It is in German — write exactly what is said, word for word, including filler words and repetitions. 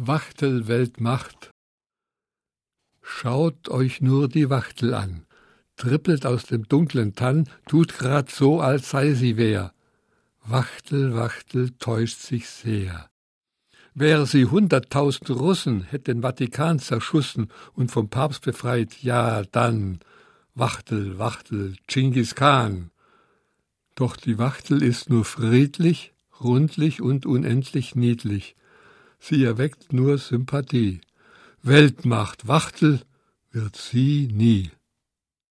Wachtel Weltmacht. Schaut euch nur die Wachtel an, trippelt aus dem dunklen Tann, tut grad so, als sei sie wer. Wachtel, Wachtel täuscht sich sehr. Wäre sie hunderttausend Russen, hätt den Vatikan zerschussen und vom Papst befreit, ja dann, Wachtel, Wachtel, Dschingis Khan. Doch die Wachtel ist nur friedlich, rundlich und unendlich niedlich. Sie erweckt nur Sympathie. Weltmacht Wachtel wird sie nie.